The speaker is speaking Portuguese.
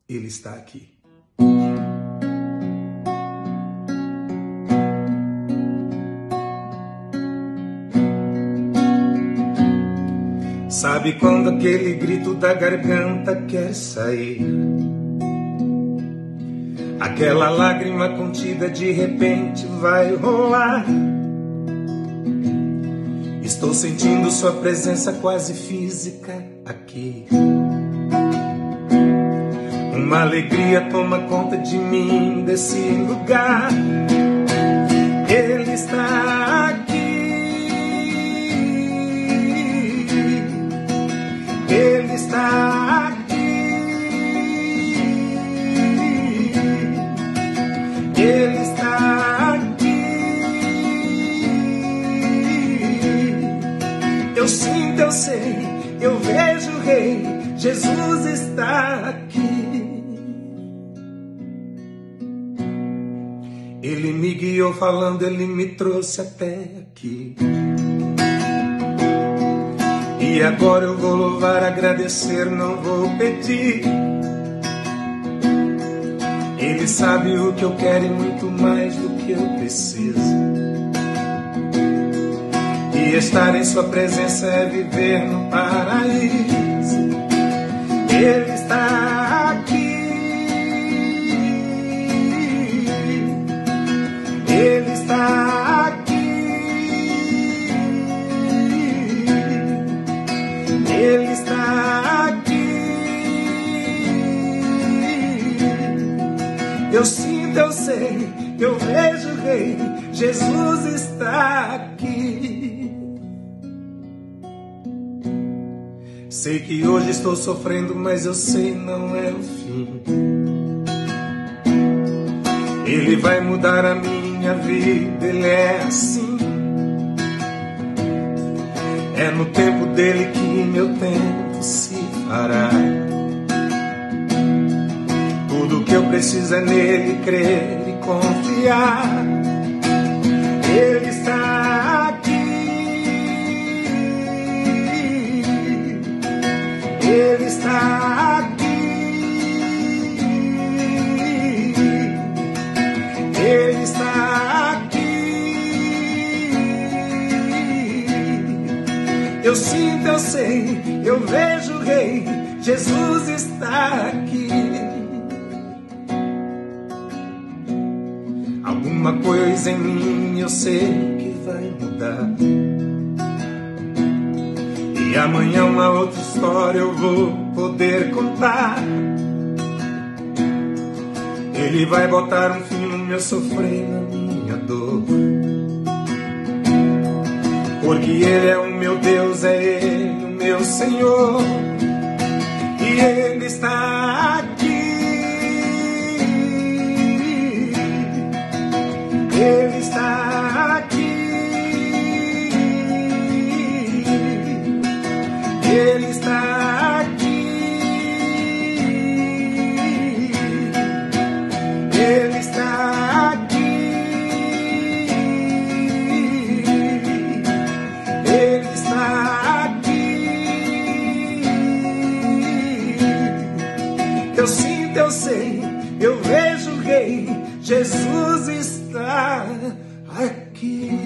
Ele está aqui. Sabe quando aquele grito da garganta quer sair? Aquela lágrima contida de repente vai rolar. Estou sentindo sua presença quase física aqui. Uma alegria toma conta de mim desse lugar. Ele está aqui. Ele está aqui. Ele está aqui. Eu sinto, eu sei, eu vejo o Rei. Jesus está aqui. Ele me guiou falando, Ele me trouxe até aqui. E agora eu vou louvar, agradecer, não vou pedir. Ele sabe o que eu quero e muito mais do que eu preciso. E estar em sua presença é viver no paraíso. Ele está aqui. Ele está aqui. Ele está aqui. Eu sinto, eu sei, eu vejo o Rei. Jesus está aqui. Sei que hoje estou sofrendo, mas eu sei não é o fim. Ele vai mudar a minha vida, Ele é assim. É no tempo dele que meu tempo se fará. Tudo que eu preciso é nele crer e confiar. Ele está aqui. Ele está aqui. Ele está aqui. Eu sinto, eu sei, eu vejo o Rei. Jesus está aqui. Alguma coisa em mim eu sei que vai mudar. E amanhã uma outra história eu vou poder contar. Ele vai botar um fim no meu sofrer, na minha dor. Porque Ele é o meu Deus, é Ele o meu Senhor. E Ele está aqui. Ele está aqui. Ele está aqui. Ele está aqui. Ele está aqui. Eu sinto, eu sei, eu vejo o Rei. Jesus está aqui.